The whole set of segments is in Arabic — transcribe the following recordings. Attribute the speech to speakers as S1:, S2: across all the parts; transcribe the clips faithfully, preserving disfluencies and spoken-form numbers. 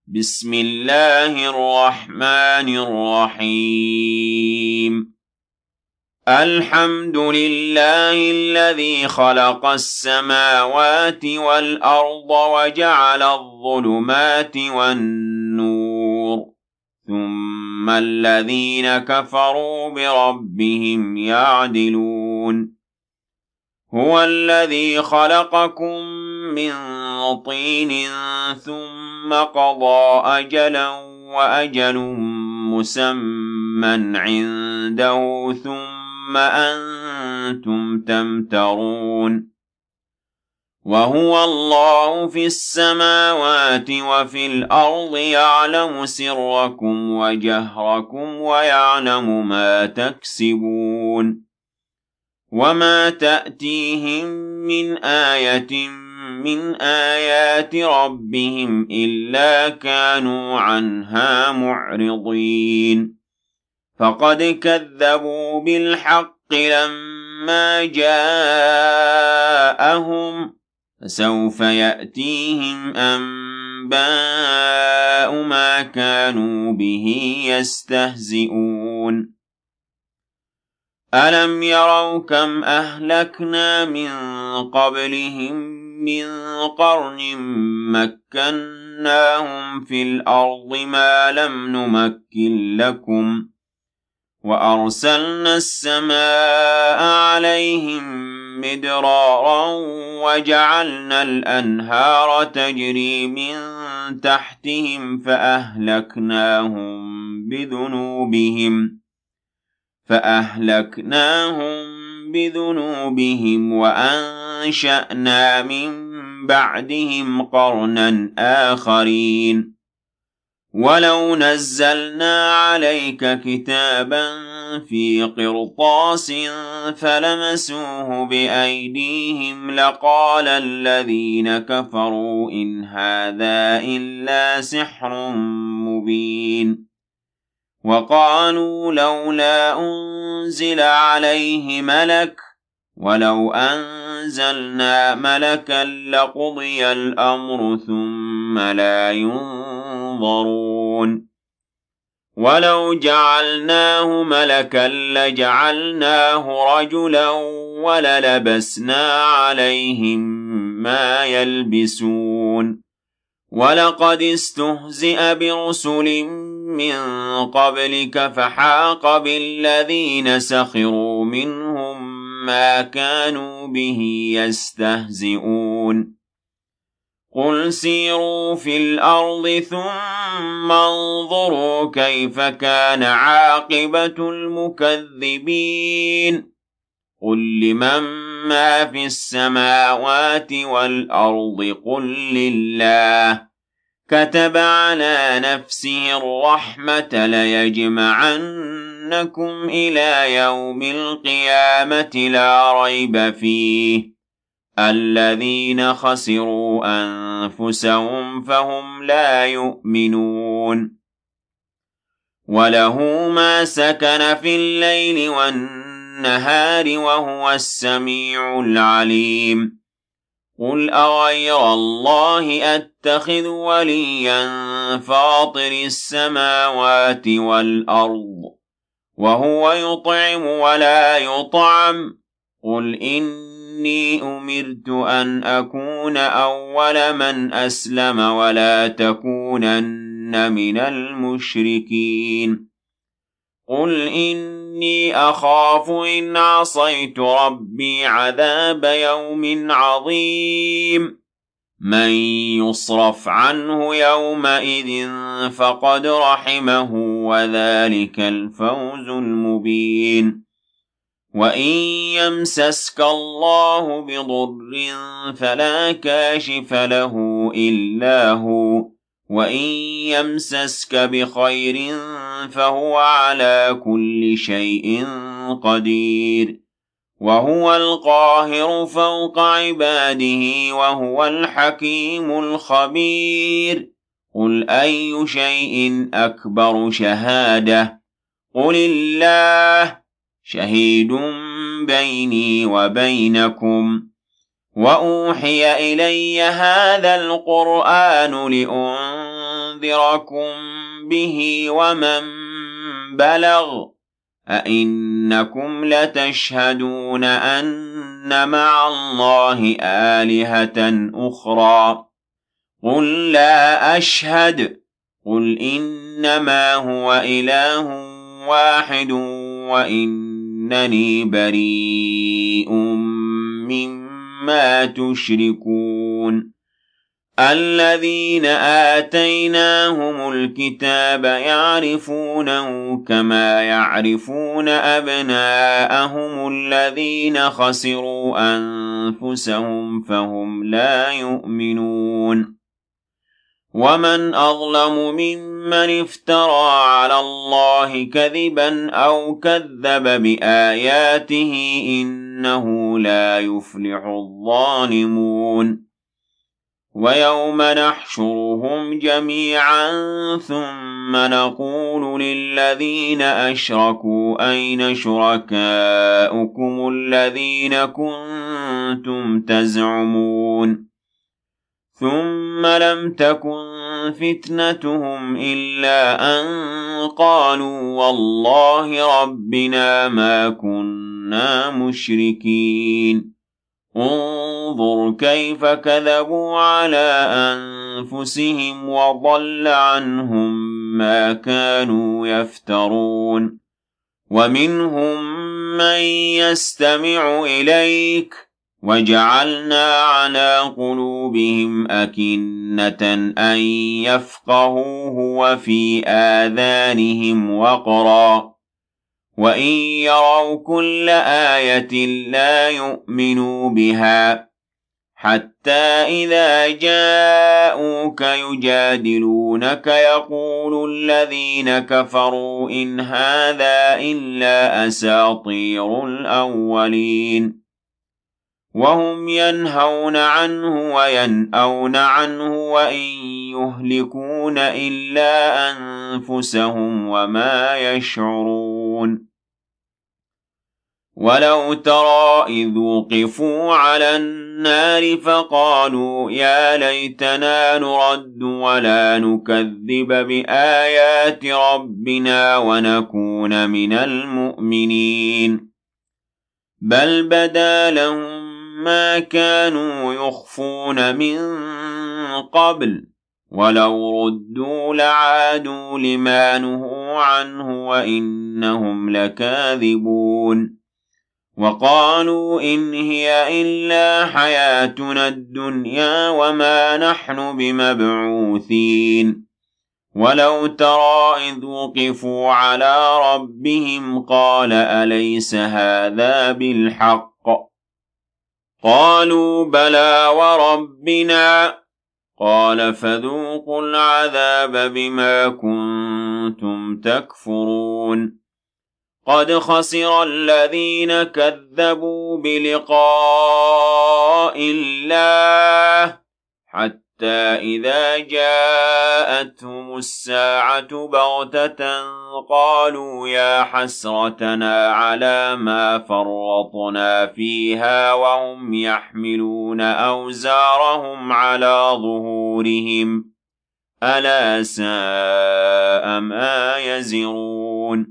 S1: بسم الله الرحمن الرحيم الحمد لله الذي خلق السماوات والأرض وجعل الظلمات والنور ثم الذين كفروا بربهم يعدلون هو الذي خلقكم من طين ثم قضى أجلا وأجل مسمى عنده ثم أنتم تمترون وهو الله في السماوات وفي الأرض يعلم سركم وجهركم ويعلم ما تكسبون وما تأتيهم من آية من آيات ربهم إلا كانوا عنها معرضين فقد كذبوا بالحق لما جاءهم فسوف يأتيهم أنباء ما كانوا به يستهزئون ألم يروا كم أهلكنا من قبلهم من قرن مكناهم في الأرض ما لم نمكن لكم وأرسلنا السماء عليهم مدرارا وجعلنا الأنهار تجري من تحتهم فأهلكناهم بذنوبهم فأهلكناهم بذنوبهم وأنشأنا من بعدهم قرنا آخرين ولو نزلنا عليك كتابا في قرطاس فلمسوه بأيديهم لقال الذين كفروا إن هذا إلا سحر مبين وقالوا لولا أنزل عليه ملك ولو أنزلنا ملكا لقضي الأمر ثم لا ينظرون ولو جعلناه ملكا لجعلناه رجلا وللبسنا عليهم ما يلبسون ولقد استهزئ برسل من قبلك فحاق بالذين سخروا منهم ما كانوا به يستهزئون قل سيروا في الأرض ثم انظروا كيف كان عاقبة المكذبين قل لمن ما في السماوات والأرض قل لله كتب على نفسه الرحمة ليجمعنكم إلى يوم القيامة لا ريب فيه الذين خسروا أنفسهم فهم لا يؤمنون وله ما سكن في الليل والنهار وهو السميع العليم قل أغير الله أتخذ وليا فاطر السماوات والأرض وهو يطعم ولا يطعم قل إني أمرت أن أكون أول من أسلم ولا تكونن من المشركين قل إني أخاف إن عصيت ربي عذاب يوم عظيم من يصرف عنه يومئذ فقد رحمه وذلك الفوز المبين وإن يمسسك الله بضر فلا كاشف له إلا هو وإن يمسسك بخير فهو على كل شيء قدير وهو القاهر فوق عباده وهو الحكيم الخبير قل أي شيء أكبر شهادة قل الله شهيد بيني وبينكم وأوحي إلي هذا القرآن لِأُنذِرَكُم بِهِ وَمَن بَلَغَ أَئِنَّكُمْ لَتَشْهَدُونَ أَنَّ مَعَ اللَّهِ آلِهَةً أُخْرَى قُل لَّا أَشْهَدُ قُلْ إِنَّمَا هُوَ إِلَٰهٌ وَاحِدٌ وَإِنَّنِي بَرِيءٌ مِّمَّا تُشْرِكُونَ الَّذِينَ آتَيْنَاهُمُ الْكِتَابَ يَعْرِفُونَهُ كَمَا يَعْرِفُونَ أَبْنَاءَهُمُ الَّذِينَ خَسِرُوا أَنفُسَهُمْ فَهُمْ لَا يُؤْمِنُونَ وَمَنْ أَظْلَمُ مِمَّنِ افْتَرَىٰ عَلَى اللَّهِ كَذِبًا أَوْ كَذَّبَ بِآيَاتِهِ إِنَّهُ لَا يُفْلِحُ الظَّالِمُونَ وَيَوْمَ نَحْشُرُهُمْ جَمِيعًا ثُمَّ نَقُولُ لِلَّذِينَ أَشْرَكُوا أَيْنَ شُرَكَاؤُكُمُ الَّذِينَ كُنتُمْ تَزْعُمُونَ ثُمَّ لَمْ تَكُنْ فِتْنَتُهُمْ إِلَّا أَن قَالُوا وَاللَّهِ رَبِّنَا مَا كُنَّا مُشْرِكِينَ انظُرْ كَيْفَ كَذَبُوا عَلَىٰ أَنفُسِهِمْ وَضَلَّ عَنْهُم مَّا كَانُوا يَفْتَرُونَ وَمِنْهُم مَّن يَسْتَمِعُ إِلَيْكَ وَجَعَلْنَا عَلَىٰ قُلُوبِهِمْ أَكِنَّةً أَن يَفْقَهُوهُ وَفِي آذَانِهِمْ وَقْرًا وَإِن يَرَوْا كُلَّ آيَةٍ لَّا يُؤْمِنُوا بِهَا حَتَّىٰ إِذَا جَاءُوكَ يُجَادِلُونَكَ يَقُولُ الَّذِينَ كَفَرُوا إِنْ هَٰذَا إِلَّا أَسَاطِيرُ الْأَوَّلِينَ وَهُمْ يَنْهَوْنَ عَنْهُ وَيَنْأَوْنَ عَنْهُ وَإِن يُهْلِكُونَ إِلَّا أَنفُسَهُمْ وَمَا يَشْعُرُونَ وَلَوْ تَرَىٰ إِذْ وُقِفُوا عَلَى النَّارِ فَقَالُوا يَا لَيْتَنَا نُرَدُّ وَلَا نُكَذِّبَ بِآيَاتِ رَبِّنَا وَنَكُونَ مِنَ الْمُؤْمِنِينَ بَلْ بَدَا لَهُم مَّا كَانُوا يُخْفُونَ مِن قَبْلُ وَلَوْ رُدُّوا لَعَادُوا لِمَا نُهُوا عَنْهُ وَإِنَّهُمْ لَكَاذِبُونَ وَقَالُوا إِنْ هِيَ إِلَّا حَيَاتُنَا الدُّنْيَا وَمَا نَحْنُ بِمَبْعُوثِينَ وَلَوْ تَرَىٰ إِذْ وُقِفُوا عَلَىٰ رَبِّهِمْ قَالَ أَلَيْسَ هَٰذَا بِالْحَقِّ قَالُوا بَلَىٰ وَرَبِّنَا قَالَ فَذُوقُوا الْعَذَابَ بِمَا كُنتُمْ تَكْفُرُونَ قَدْ خَسِرَ الَّذِينَ كَذَّبُوا بِلِقَاءِ اللَّهِ حَتَّىٰ إِذَا جَاءَتْهُمُ السَّاعَةُ بَغْتَةً قَالُوا يَا حَسْرَتَنَا عَلَىٰ مَا فَرَّطْنَا فِيهَا وَهُمْ يَحْمِلُونَ أَوْزَارَهُمْ عَلَىٰ ظُهُورِهِمْ أَلَا سَاءَ مَا يَزِرُونَ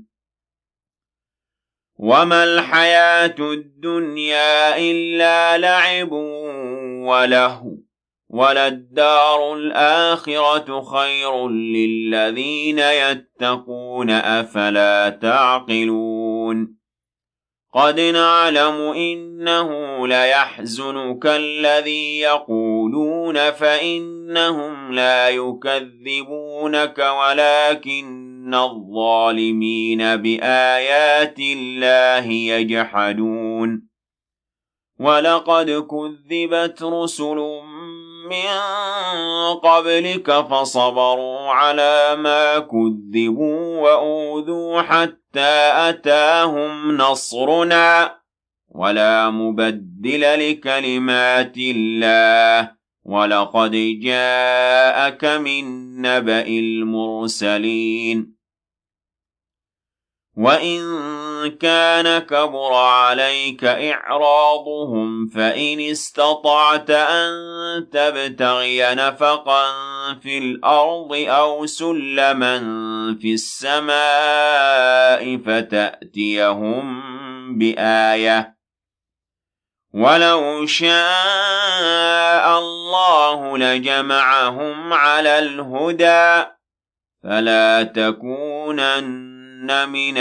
S1: وَمَا الْحَيَاةُ الدُّنْيَا إِلَّا لَعِبٌ وَلَهْوٌ وَلَلدَّارُ الْآخِرَةُ خَيْرٌ لِّلَّذِينَ يَتَّقُونَ أَفَلَا تَعْقِلُونَ قَدْ نَعْلَمُ إِنَّهُ لَيَحْزُنُكَ الَّذِي يَقُولُونَ فَإِنَّهُمْ لَا يُكَذِّبُونَكَ وَلَٰكِنَّ الظَّالِمِينَ بِآيَاتِ اللَّهِ يَجْحَدُونَ وَلَقَدْ كُذِّبَتْ رُسُلٌ مِّن قَبْلِكَ فَصَبَرُوا عَلَىٰ مَا كُذِّبُوا وَأُوذُوا حَتَّىٰ أَتَاهُمْ نَصْرُنَا وَلَا مُبَدِّلَ لِكَلِمَاتِ اللَّهِ وَلَقَدْ جَاءَكَ مِن نَّبَإِ الْمُرْسَلِينَ وَإِن كَانَ كَبُرَ عَلَيْكَ إِعْرَاضُهُمْ فَإِنِ اسْتَطَعْتَ أَن تَبْتَغِيَ نَفَقًا فِي الْأَرْضِ أَوْ سُلَّمًا فِي السَّمَاءِ فَتَأْتِيَهُم بِآيَةٍ وَلَوْ شَاءَ اللَّهُ لَجَمَعَهُمْ عَلَى الْهُدَى فَلَا تَكُونَنَّ مِنَ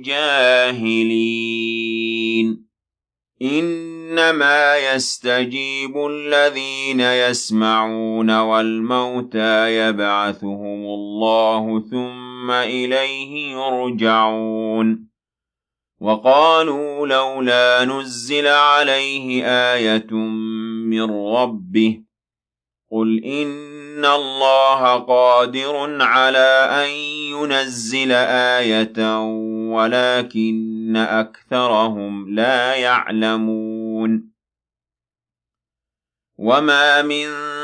S1: الْجَاهِلِينَ إِنَّمَا يَسْتَجِيبُ الَّذِينَ يَسْمَعُونَ وَالْمَوْتَى يَبْعَثُهُمُ اللَّهُ ثُمَّ إِلَيْهِ يُرْجَعُونَ وَقَالُوا لَوْلَا نُزِّلَ عَلَيْهِ آيَةٌ مِّن رَّبِّهِ قُلْ إِنَّ اللَّهَ قَادِرٌ عَلَىٰ أَن يُنَزِّلَ آيَةً وَلَٰكِنَّ أَكْثَرَهُمْ لَا يَعْلَمُونَ وَمَا مِن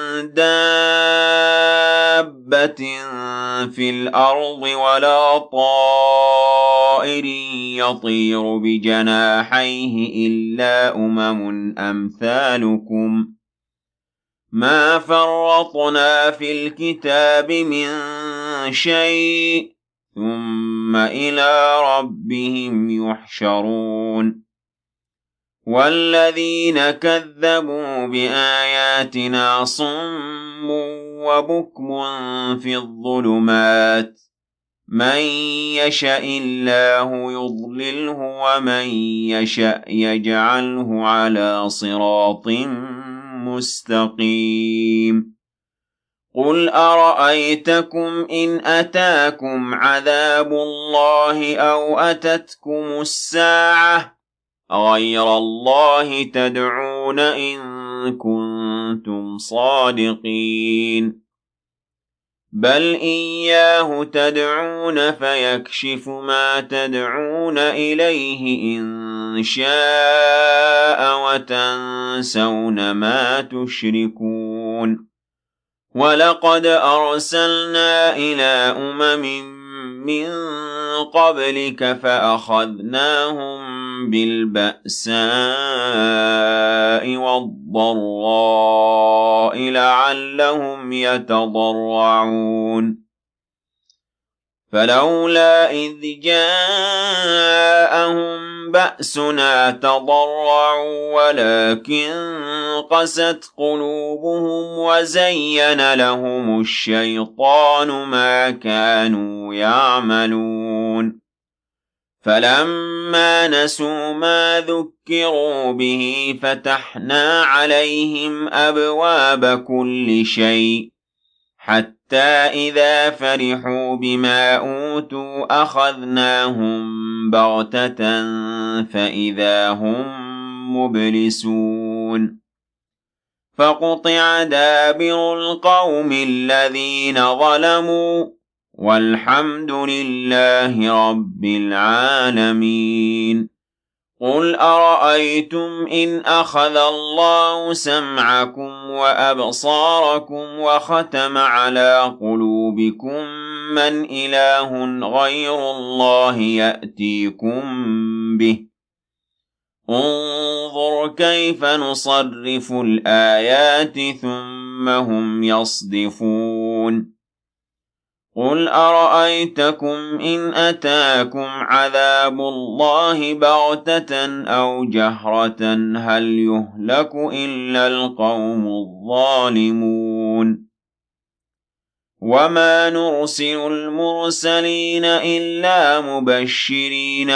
S1: دَابَّةٍ فِي الْأَرْضِ وَلَا طَائِرٍ يَطِيرُ بِجَنَاحَيْهِ إِلَّا أُمَمٌ أَمْثَالُكُم مَا فَرَّطْنَا فِي الْكِتَابِ مِن شَيْءٍ ثُمَّ إِلَىٰ رَبِّهِمْ يُحْشَرُونَ وَالَّذِينَ كَذَّبُوا بِآيَاتِنَا صُمٌّ وَبُكْمٌ فِي الظُّلُمَاتِ مَن يَشَإِ اللَّهُ يُضْلِلْهُ وَمَن يَشَأْ يَجْعَلْهُ عَلَىٰ صِرَاطٍ مُّسْتَقِيمٍ قُلْ أَرَأَيْتَكُمْ إِنْ أَتَاكُمْ عَذَابُ اللَّهِ أَوْ أَتَتْكُمُ السَّاعَةُ أَغَيْرَ اللَّهِ تَدْعُونَ إِن كُنتُمْ صَادِقِينَ بَلْ إِيَّاهُ تَدْعُونَ فَيَكْشِفُ مَا تَدْعُونَ إِلَيْهِ إِن شَاءَ وَتَنسَوْنَ مَا تُشْرِكُونَ وَلَقَدْ أَرْسَلْنَا إِلَىٰ أُمَمٍ مِّن قَبْلِكَ فَأَخَذْنَاهُم بِالْبَأْسَاءِ وَالضَّرَّاءِ لَعَلَّهُمْ يَتَضَرَّعُونَ فَلَوْلَا إِذْ جَاءَهُم بَأْسُنَا تَضَرَّعُوا وَلَٰكِن قَسَتْ قُلُوبُهُمْ وَزَيَّنَ لَهُمُ الشَّيْطَانُ مَا كَانُوا يَعْمَلُونَ فَلَمَّا نَسُوا مَا ذُكِّرُوا بِهِ فَتَحْنَا عَلَيْهِمْ أَبْوَابَ كُلِّ شَيْءٍ حَتَّىٰ إِذَا فَرِحُوا بِمَا أُوتُوا أَخَذْنَاهُم بَغْتَةً فَإِذَا هُم مُّبْلِسُونَ فَقُطِعَ دَابِرُ الْقَوْمِ الَّذِينَ ظَلَمُوا وَالْحَمْدُ لِلَّهِ رَبِّ الْعَالَمِينَ قُلْ أَرَأَيْتُمْ إِنْ أَخَذَ اللَّهُ سَمْعَكُمْ وَأَبْصَارَكُمْ وَخَتَمَ عَلَىٰ قُلُوبِكُم مَّنْ إِلَٰهٌ غَيْرُ اللَّهِ يَأْتِيكُم بِهِ انظُرْ كَيْفَ نُصَرِّفُ الْآيَاتِ ثُمَّ هُمْ يَصْدِفُونَ قُلْ أَرَأَيْتَكُمْ إِنْ أَتَاكُمْ عَذَابُ اللَّهِ بَغْتَةً أَوْ جَهْرَةً هَلْ يُهْلَكُ إِلَّا الْقَوْمُ الظَّالِمُونَ وَمَا نُرْسِلُ الْمُرْسَلِينَ إِلَّا مُبَشِّرِينَ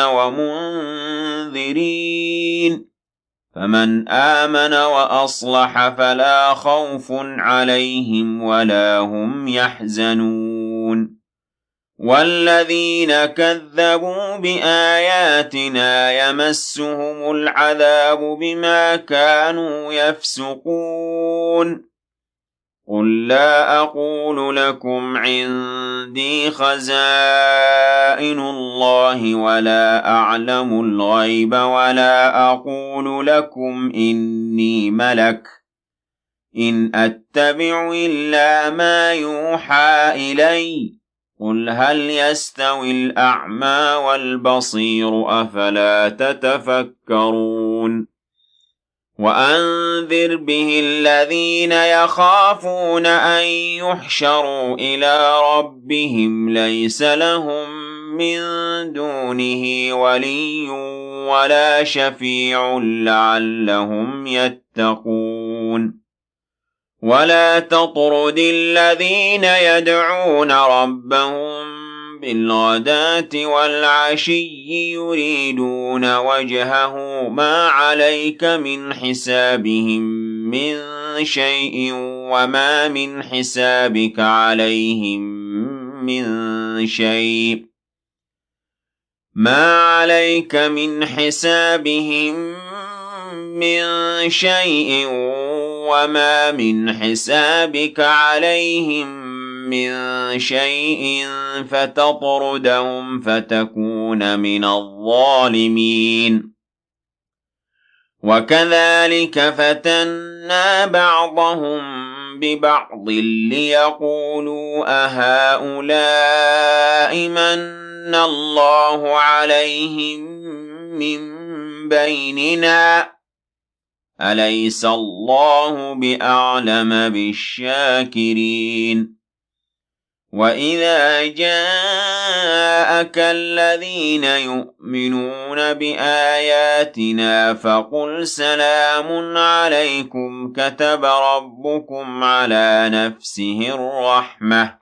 S1: وَمُنذِرِينَ فَمَنْ آمَنَ وَأَصْلَحَ فَلَا خَوْفٌ عَلَيْهِمْ وَلَا هُمْ يَحْزَنُونَ وَالَّذِينَ كَذَّبُوا بِآيَاتِنَا يَمَسُّهُمُ الْعَذَابُ بِمَا كَانُوا يَفْسُقُونَ قُل لَّا أَقُولُ لَكُمْ عِندِي خَزَائِنُ اللَّهِ وَلَا أَعْلَمُ الْغَيْبَ وَلَا أَقُولُ لَكُمْ إِنِّي مَلَكٌ إِنْ أَتَّبِعُ إِلَّا مَا يُوحَىٰ إِلَيَّ قل هل يستوي الأعمى والبصير أفلا تتفكرون وأنذر به الذين يخافون أن يحشروا إلى ربهم ليس لهم من دونه ولي ولا شفيع لعلهم يتقون ولا تطرد الذين يدعون ربهم بالغداة والعشي يريدون وجهه ما عليك من حسابهم من شيء وما من حسابك عليهم من شيء ما عليك من حسابهم من شيء وما من حسابك عليهم من شيء فتطردهم فتكون من الظالمين وكذلك فتنا بعضهم ببعض ليقولوا أهؤلاء من الله عليهم من بيننا أليس الله بأعلم بالشاكرين وَإِذَا جَاءَكَ الَّذِينَ يُؤْمِنُونَ بِآيَاتِنَا فَقُلْ سَلَامٌ عَلَيْكُمْ كَتَبَ رَبُّكُمْ عَلَى نَفْسِهِ الرَّحْمَةَ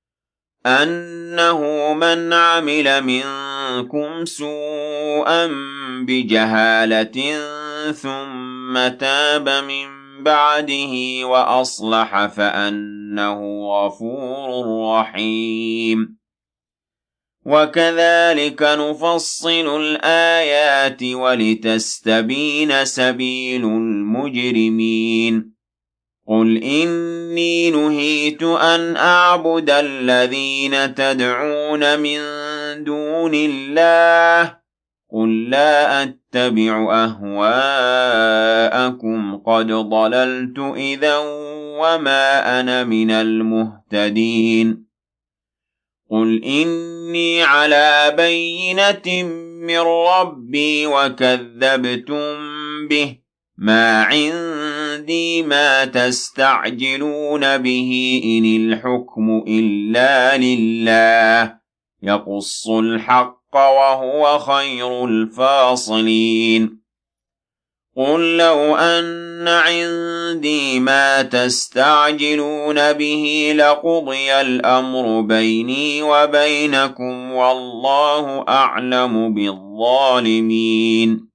S1: أَنَّهُ مَنْ عَمِلَ مِنكُمْ سُوءًا بِجَهَالَةٍ ثُمَّ تَابَ مِن بَعْدِهِ وَأَصْلَحَ فَأَنَّهُ غَفُورٌ رَّحِيمٌ وَكَذَلِكَ نُفَصِّلُ الْآيَاتِ وَلِتَسْتَبِينَ سَبِيلُ الْمُجْرِمِينَ قُلْ إِنِّي نُهِيتُ أَنْ أَعْبُدَ الَّذِينَ تَدْعُونَ مِن دُونِ اللَّهِ قُل لَّا أَتَّبِعُ أَهْوَاءَكُمْ قَدْ ضَلَلْتُ إِذًا وَمَا أَنَا مِنَ الْمُهْتَدِينَ قُلْ إِنِّي عَلَىٰ بَيِّنَةٍ مِّن رَّبِّي وَكَذَّبْتُم بِهِ مَا عِندِي مَا تَسْتَعْجِلُونَ بِهِ إِنِ الْحُكْمُ إِلَّا لِلَّهِ يَقُصُّ الْحَقَّ وَهُوَ خَيْرُ الْفَاصِلِينَ قُل لَّوْ أَنَّ عِندِي مَا تَسْتَعْجِلُونَ بِهِ لَقُضِيَ الْأَمْرُ بَيْنِي وَبَيْنَكُمْ وَاللَّهُ أَعْلَمُ بِالظَّالِمِينَ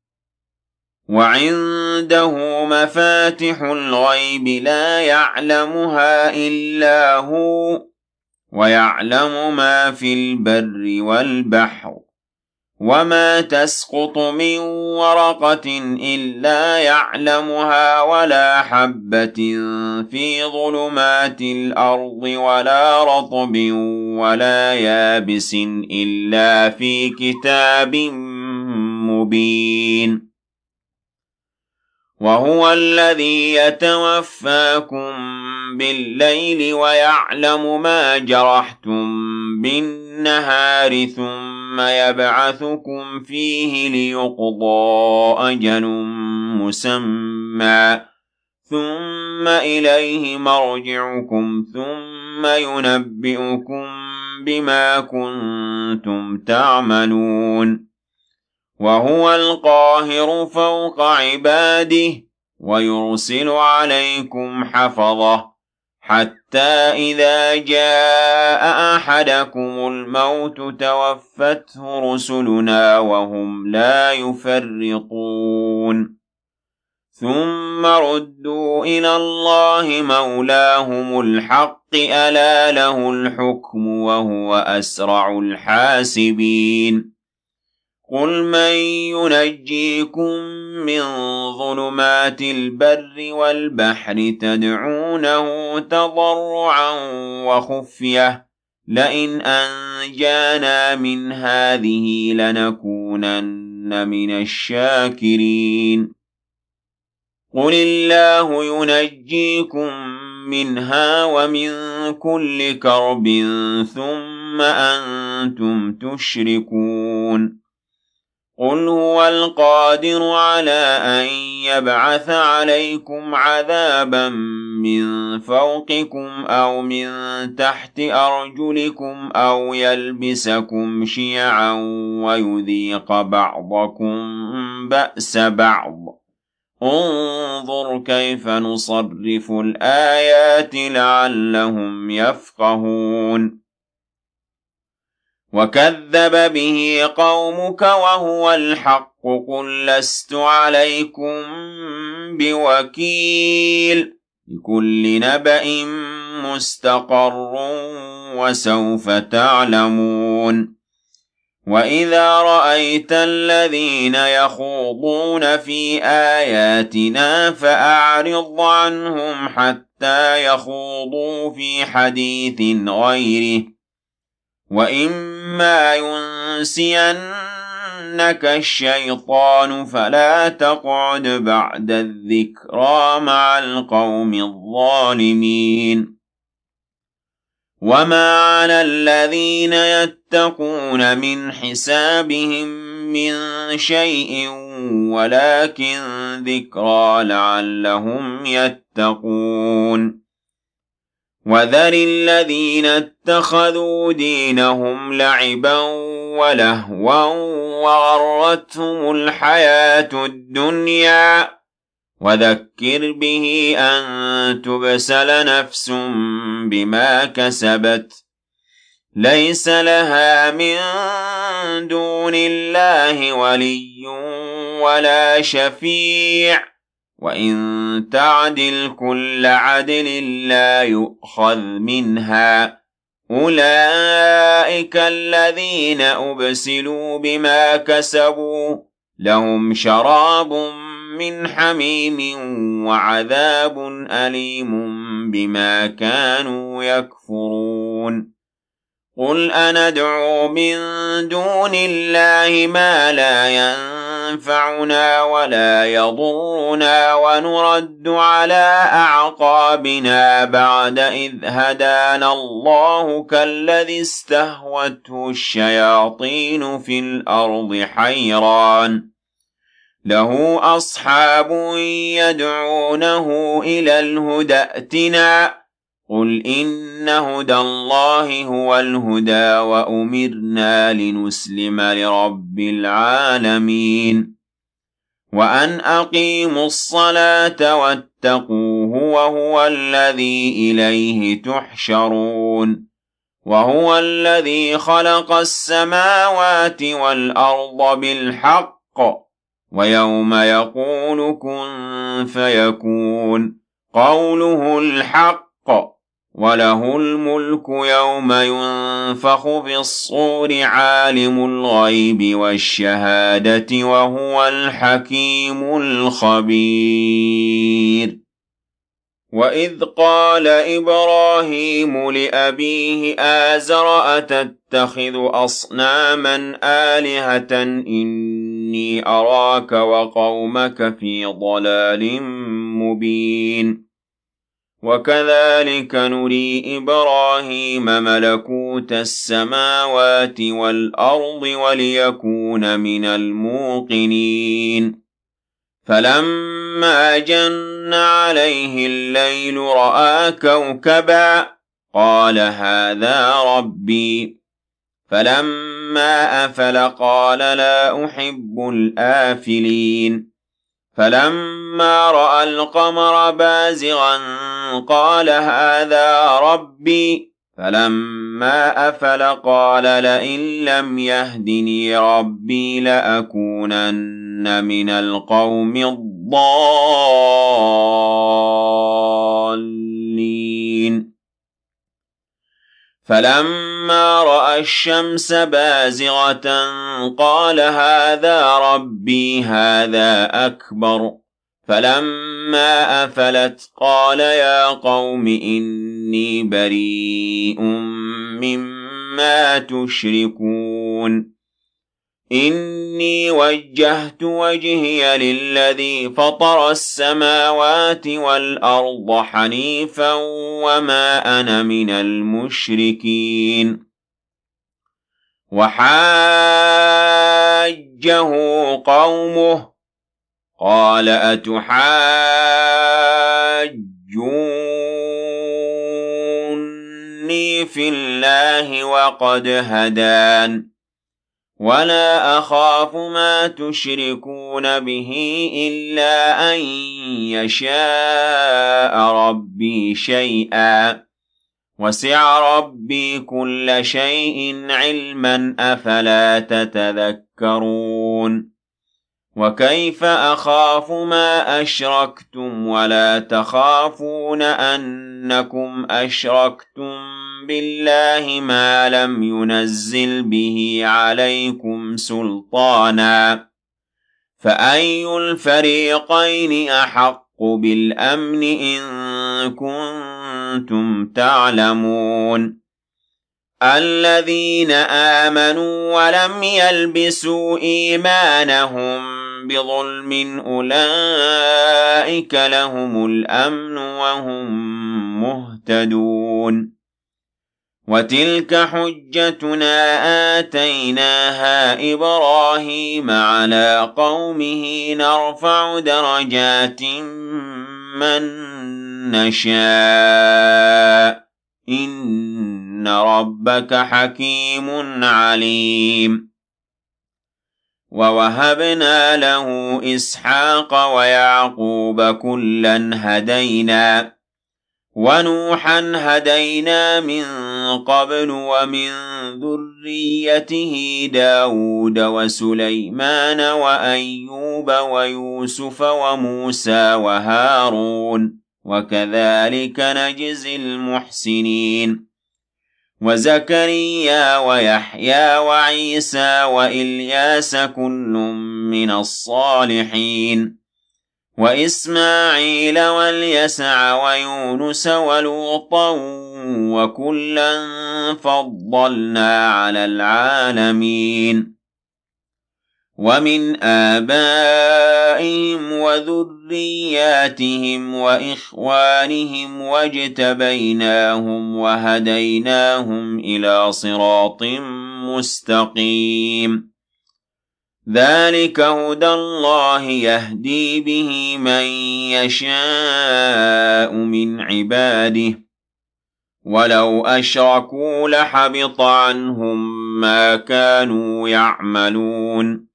S1: وَعِندَهُ مَفَاتِحُ الْغَيْبِ لَا يَعْلَمُهَا إِلَّا هُوَ وَيَعْلَمُ مَا فِي الْبَرِّ وَالْبَحْرِ وَمَا تَسْقُطُ مِن وَرَقَةٍ إِلَّا يَعْلَمُهَا وَلَا حَبَّةٍ فِي ظُلُمَاتِ الْأَرْضِ وَلَا رَطْبٍ وَلَا يَابِسٍ إِلَّا فِي كِتَابٍ مُّبِينٍ وَهُوَ الَّذِي يَتَوَفَّاكُم بِاللَّيْلِ وَيَعْلَمُ مَا جَرَحْتُم بِالنَّهَارِ ثُمَّ يَبْعَثُكُمْ فِيهِ لِيُقْضَىٰ أَجَلٌ مُّسَمًّى ثُمَّ إِلَيْهِ مَرْجِعُكُمْ ثُمَّ يُنَبِّئُكُم بِمَا كُنتُمْ تَعْمَلُونَ وَهُوَ الْقَاهِرُ فَوْقَ عِبَادِهِ وَيُرْسِلُ عَلَيْكُمْ حَفَظَةً حَتَّىٰ إِذَا جَاءَ أَحَدَكُمُ الْمَوْتُ تَوَفَّتْهُ رُسُلُنَا وَهُمْ لَا يُفَرِّطُونَ ثُمَّ رُدُّوا إِلَى اللَّهِ مَوْلَاهُمُ الْحَقِّ أَلَا لَهُ الْحُكْمُ وَهُوَ أَسْرَعُ الْحَاسِبِينَ قُلْ مَن يُنَجِّيكُم مِّن ظُلُمَاتِ الْبَرِّ وَالْبَحْرِ تَدْعُونَهُ تَضَرُّعًا وَخُفْيَةً لَّئِنْ أَنجَانَا مِنْ هَٰذِهِ لَنَكُونَنَّ مِنَ الشَّاكِرِينَ قُلِ اللَّهُ يُنَجِّيكُم منها ومن كل كرب ثم أنتم تشركون قل هو القادر على أن يبعث عليكم عذابا من فوقكم أو من تحت أرجلكم أو يلبسكم شيعا ويذيق بعضكم بأس بعض انظر كيف نصرف الآيات لعلهم يفقهون وكذب به قومك وهو الحق قل لست عليكم بوكيل لكل نبأ مستقر وسوف تعلمون وإذا رأيت الذين يخوضون في آياتنا فأعرض عنهم حتى يخوضوا في حديث غيره وإما ينسينك الشيطان فلا تقعد بعد الذكرى مع القوم الظالمين وما على الذين يتقون من حسابهم من شيء ولكن ذكرى لعلهم يتقون وذر الذين اتخذوا دينهم لعبا ولهوا وغرتهم الحياة الدنيا وذكر به أن تبسل نفس بما كسبت ليس لها من دون الله ولي ولا شفيع وإن تعدل كل عدل لا يؤخذ منها أولئك الذين أبسلوا بما كسبوا لهم شراب من حميم وعذاب أليم بما كانوا يكفرون قل أندعو من دون الله ما لا ينفعنا ولا يضرنا ونرد على أعقابنا بعد إذ هدانا الله كالذي استهوته الشياطين في الأرض حيران له أصحاب يدعونه إلى الهدى ائتنا قل إن هدى الله هو الهدى وأمرنا لنسلم لرب العالمين وأن أقيموا الصلاة واتقوه وهو الذي إليه تحشرون وهو الذي خلق السماوات والأرض بالحق ويوم يقول كن فيكون قوله الحق وله الملك يوم ينفخ في الصور عالم الغيب والشهادة وهو الحكيم الخبير وإذ قال إبراهيم لأبيه آزر أتتخذ أصناما آلهة إني أراك وقومك في ضلال مبين وكذلك نري إبراهيم ملكوت السماوات والأرض وليكون من الموقنين فلما جن عليه الليل رأى كوكبا قال هذا ربي فلما أفل قال لا أحب الآفلين فلما رأى القمر بازغا قال هذا ربي فلما أفل قال لئن لم يهدني ربي لأكونن من القوم الضالين فلما رأى الشمس بازغة قال هذا ربي هذا أكبر فلما أفلت قال يا قوم إني بريء مما تشركون إِنِّي وَجَّهْتُ وَجْهِيَ لِلَّذِي فَطَرَ السَّمَاوَاتِ وَالْأَرْضَ حَنِيفًا وَمَا أَنَا مِنَ الْمُشْرِكِينَ وَحَاجَّهُ قَوْمُهُ قَالَ أَتُحَاجُّونِّي فِي اللَّهِ وَقَدْ هَدَانِ وَلَا أَخَافُ مَا تُشْرِكُونَ بِهِ إِلَّا أَن يَشَاءَ رَبِّي شَيْئًا وَسِعَ رَبِّي كُلَّ شَيْءٍ عِلْمًا أَفَلَا تَتَذَكَّرُونَ وَكَيْفَ أَخَافُ مَا أَشْرَكْتُمْ وَلَا تَخَافُونَ أَنَّكُمْ أَشْرَكْتُمْ بِاللَّهِ مَا لَمْ يُنَزِّلْ بِهِ عَلَيْكُمْ سُلْطَانًا فَأَيُّ الْفَرِيقَيْنِ أَحَقُّ بِالْأَمْنِ إِن كُنتُمْ تَعْلَمُونَ الَّذِينَ آمَنُوا وَلَمْ يَلْبِسُوا إِيمَانَهُم بِظُلْمٍ أُولَئِكَ لَهُمُ الْأَمْنُ وَهُمْ مُهْتَدُونَ وَتِلْكَ حُجَّتُنَا آتَيْنَاهَا إِبْرَاهِيمَ عَلَى قَوْمِهِ نَرْفَعُ دَرَجَاتٍ مَّن نَّشَاءُ إِنَّ رَبَّكَ حَكِيمٌ عَلِيمٌ وَوَهَبْنَا لَهُ إِسْحَاقَ وَيَعْقُوبَ كُلًّا هَدَيْنَا وَنُوحًا هَدَيْنَا مِن قَبْلُ وَمِن ذُرِّيَّتِهِ دَاوُودَ وَسُلَيْمَانَ وَأَيُّوبَ وَيُوسُفَ وَمُوسَى وَهَارُونَ وَكَذَلِكَ نَجْزِي الْمُحْسِنِينَ وَزَكَرِيَّا وَيَحْيَىٰ وَعِيسَىٰ وَإِلْيَاسَ كُلٌّ مِّنَ الصَّالِحِينَ وَإِسْمَاعِيلَ وَالْيَسَعَ وَيُونُسَ وَلُوطًا وَكُلًّا فَضَّلْنَا عَلَى الْعَالَمِينَ وَمِنْ آبَائِهِمْ وَذُرِّيَّاتِهِمْ وَإِخْوَانِهِمْ وَاجْتَبَيْنَاهُمْ وَهَدَيْنَاهُمْ إِلَىٰ صِرَاطٍ مُّسْتَقِيمٍ ذَلِكَ هُدَى اللَّهِ يَهْدِي بِهِ مَن يَشَاءُ مِنْ عِبَادِهِ وَلَوْ أَشْرَكُوا لَحَبِطَ عَنْهُم مَّا كَانُوا يَعْمَلُونَ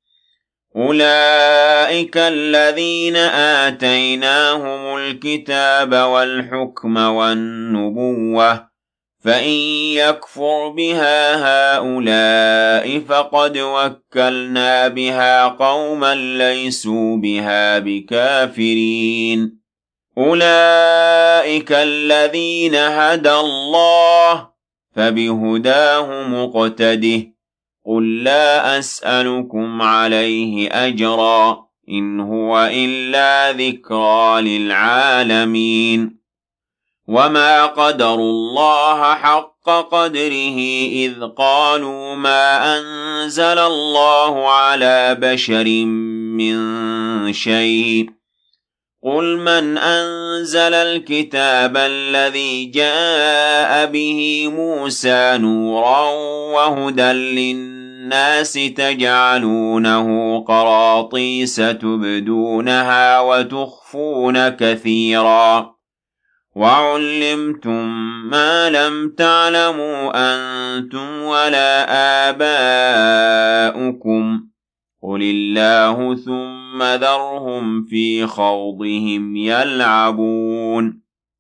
S1: أُولَئِكَ الَّذِينَ آتَيْنَاهُمُ الْكِتَابَ وَالْحُكْمَ وَالنُّبُوَّةَ فَإِن يَكْفُرْ بِهَا هَٰؤُلَاءِ فَقَدْ وَكَّلْنَا بِهَا قَوْمًا لَّيْسُوا بِهَا بِكَافِرِينَ أُولَئِكَ الَّذِينَ هَدَى اللَّهُ فَبِهُدَاهُ مُقْتَدِهْ قُل لَّا أَسْأَلُكُمْ عَلَيْهِ أَجْرًا إِنْ هُوَ إِلَّا ذِكْرَىٰ لِلْعَالَمِينَ وَمَا قَدَرُوا اللَّهَ حَقَّ قَدْرِهِ إِذْ قَالُوا مَا أَنزَلَ اللَّهُ عَلَىٰ بَشَرٍ مِّن شَيْءٍ قُلْ مَنْ أَنزَلَ الْكِتَابَ الَّذِي جَاءَ بِهِ مُوسَىٰ نُورًا وَهُدًى لِّلنَّاسِ تَجْعَلُونَهُ قَرَاطِيسَ تُبْدُونَهَا وَتُخْفُونَ كَثِيرًا وَعُلِّمْتُم مَّا لَمْ تَعْلَمُوا أَنتُمْ وَلَا آبَاؤُكُمْ قُلِ اللَّهُ ثُمَّ ذَرْهُمْ فِي خَوْضِهِمْ يَلْعَبُونَ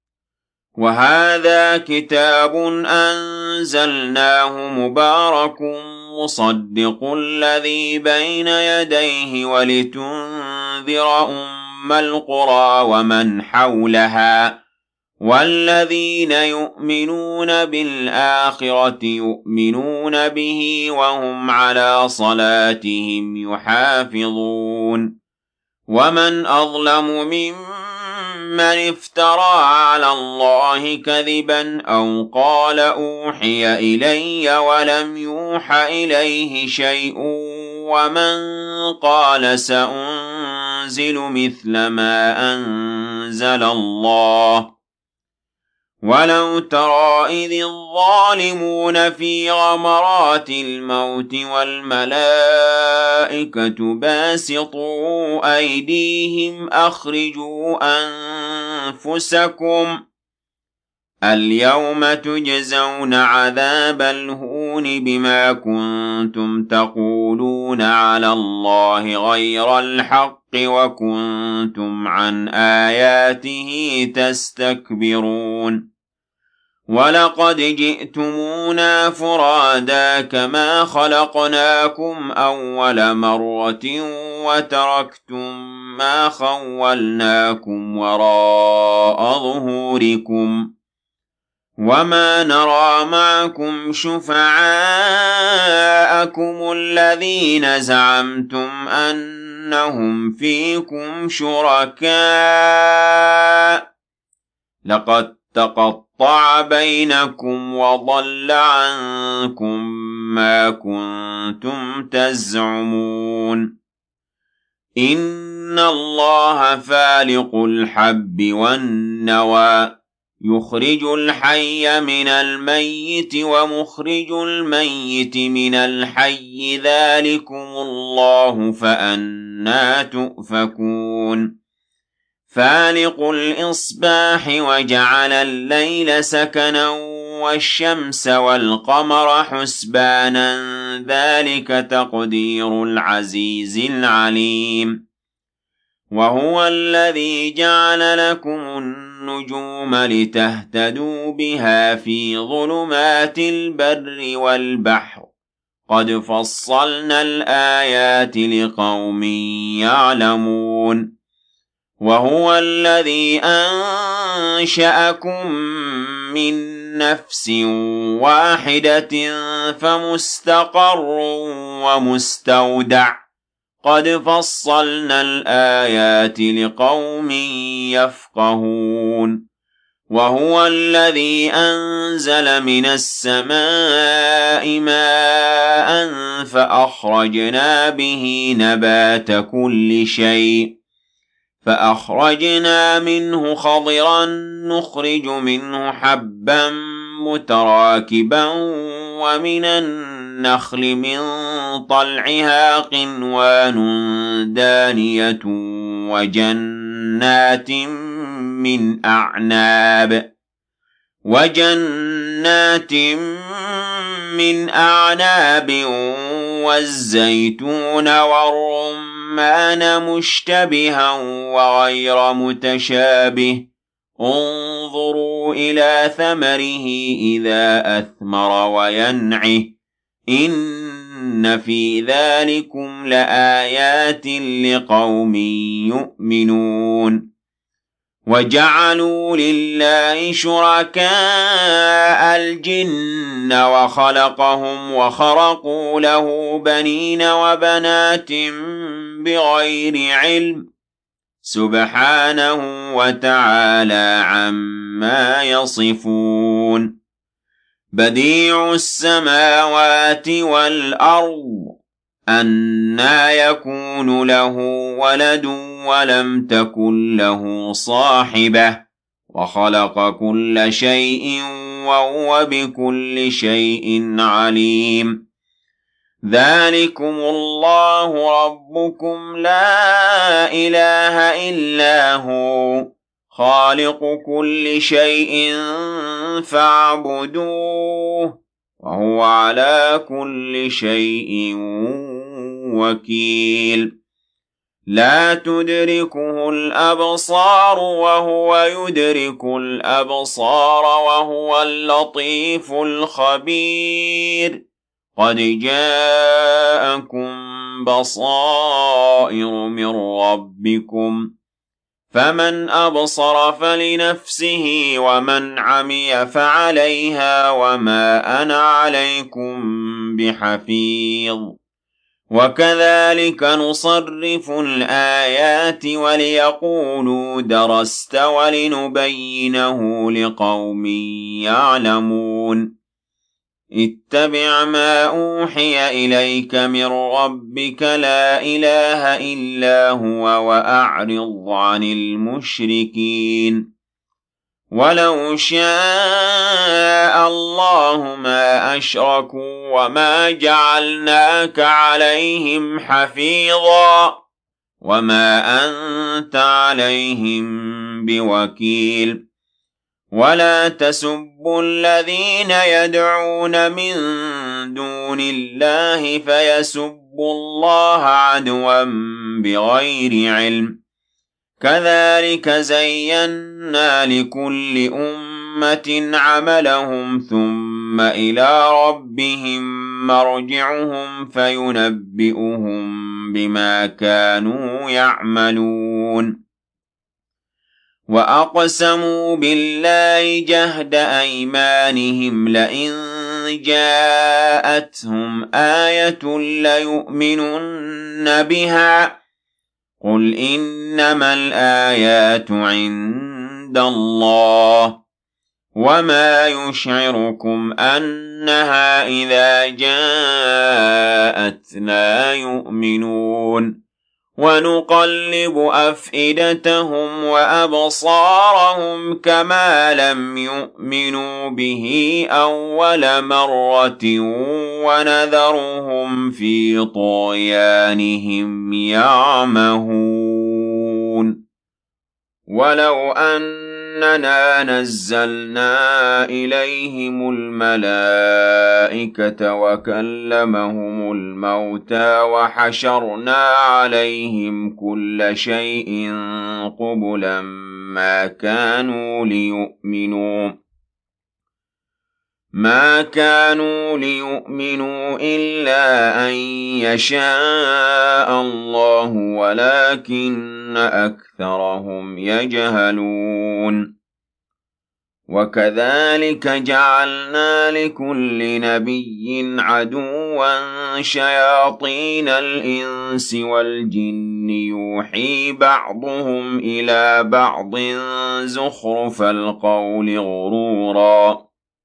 S1: وَهَٰذَا كِتَابٌ أَنزَلْنَاهُ مُبَارَكٌ مُّصَدِّقُ الَّذِي بَيْنَ يَدَيْهِ وَلِتُنذِرَ أُمَّ الْقُرَىٰ وَمَنْ حَوْلَهَا وَالَّذِينَ يُؤْمِنُونَ بِالْآخِرَةِ يُؤْمِنُونَ بِهِ وَهُمْ عَلَىٰ صَلَاتِهِمْ يُحَافِظُونَ وَمَنْ أَظْلَمُ مِمَّنِ افْتَرَىٰ عَلَى اللَّهِ كَذِبًا أَوْ قَالَ أُوحِيَ إِلَيَّ وَلَمْ يُوحَ إِلَيْهِ شَيْءٌ ومن قال سأنزل مثل ما أنزل الله ولو ترى إذ الظالمون في غمرات الموت والملائكة باسطوا أيديهم أخرجوا أنفسكم اليوم تجزون عذاب الهون بما كنتم تقولون على الله غير الحق وكنتم عن آياته تستكبرون ولقد جئتمونا فرادا كما خلقناكم أول مرة وتركتم ما خولناكم وراء ظهوركم وما نرى معكم شفعاءكم الذين زعمتم أنهم فيكم شركاء لقد تقطع بينكم وضل عنكم ما كنتم تزعمون إن الله فالق الحب والنوى يخرج الحي من الميت ومخرج الميت من الحي ذلكم الله فأنى تؤفكون فالق الإصباح وجعل الليل سكنا والشمس والقمر حسبانا ذلك تقدير العزيز العليم وهو الذي جعل لكم النجوم لتهتدوا بها في ظلمات البر والبحر قد فصلنا الآيات لقوم يعلمون وهو الذي أنشأكم من نفس واحدة فمستقر ومستودع قد فصلنا الآيات لقوم يفقهون وهو الذي أنزل من السماء ماء فأخرجنا به نبات كل شيء فأخرجنا منه خضرا نخرج منه حبا متراكبا ومن النخل من طلعها قنوان دانية وجنات من أعناب وجنات من أعناب والزيتون والرمان مشتبها وغير متشابه انظروا إلى ثمره إذا أثمر وينعه إن في ذلكم لآيات لقوم يؤمنون وجعلوا لله شركاء الجن وخلقهم وخرقوا له بنين وبنات بغير علم سبحانه وتعالى عما يصفون بديع السماوات والأرض أنى يكون له ولد ولم تكن له صاحبة وخلق كل شيء وهو بكل شيء عليم ذلكم الله ربكم لا إله إلا هو خالق كل شيء فاعبدوه وهو على كل شيء وكيل لا تدركه الأبصار وهو يدرك الأبصار وهو اللطيف الخبير قد جاءكم بصائر من ربكم فمن أبصر فلنفسه ومن عمي فعليها وما أنا عليكم بحفيظ وكذلك نصرف الآيات وليقولوا درست ولنبينه لقوم يعلمون اتبع ما أوحي إليك من ربك لا إله إلا هو وأعرض عن المشركين ولو شاء الله ما أشركوا وما جعلناك عليهم حفيظا وما أنت عليهم بوكيل ولا تسبوا الذين يدعون من دون الله فيسبوا الله عدوا بغير علم كذلك زينا لكل أمة عملهم ثم إلى ربهم مرجعهم فينبئهم بما كانوا يعملون وأقسموا بالله جهد أيمانهم لئن جاءتهم آية ليؤمنن بها قل إنما الآيات عند الله وما يشعركم أنها إذا جاءت لا يؤمنون ونقلب أفئدتهم وأبصارهم كما لم يؤمنوا به أول مرة ونذرهم في طغيانهم يعمهون ولو أننا نزلنا إليهم الملائكة وكلمهم الموتى وحشرنا عليهم كل شيء قبلا ما كانوا ليؤمنوا ما كانوا ليؤمنوا إلا أن يشاء الله ولكن أكثرهم يجهلون وكذلك جعلنا لكل نبي عدوا شياطين الإنس والجن يوحي بعضهم إلى بعض زخرف القول غرورا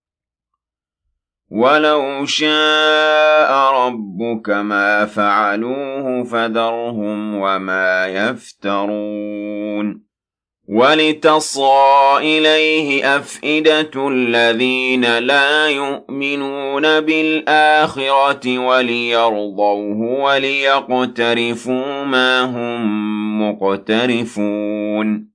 S1: ولو شاء ربك ما فعلوه فذرهم وما يفترون ولتصغى إليه أفئدة الذين لا يؤمنون بالآخرة وليرضوه وليقترفوا ما هم مقترفون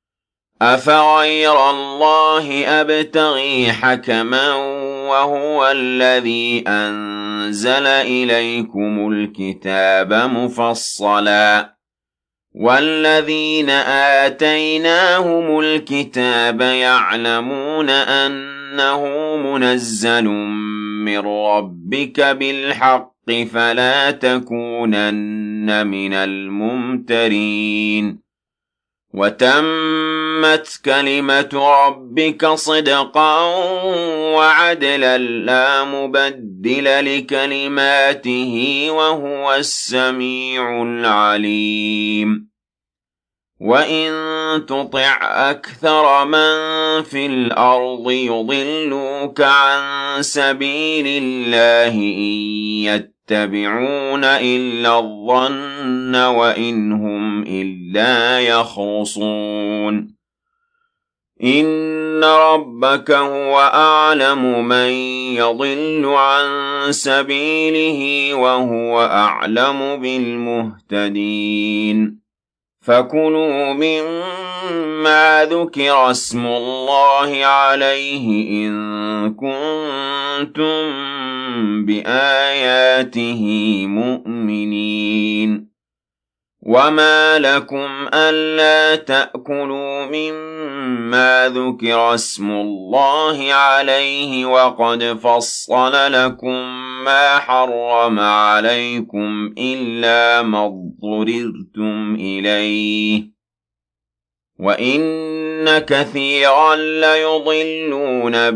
S1: أفغير الله أبتغي حكما وهو الذي أنزل إليكم الكتاب مفصلا والذين آتيناهم الكتاب يعلمون أنه منزل من ربك بالحق فلا تكونن من الممترين وتمت كلمة ربك صدقا وعدلا لا مبدل لكلماته وهو السميع العليم وإن تطع أكثر من في الأرض يضلوك عن سبيل الله إن يتبعون إلا الظن وإن هم إلا يخرصون إن ربك هو أعلم من يضل عن سبيله وهو أعلم بالمهتدين فكلوا مما ذكر اسم الله عليه إن كنتم بآياته مؤمنين وما لكم ألا تأكلوا مما ذكر اسم الله عليه وقد فصل لكم ما حرم عليكم إلا ما اضطررتم إليه وإن كثيرا ليضلون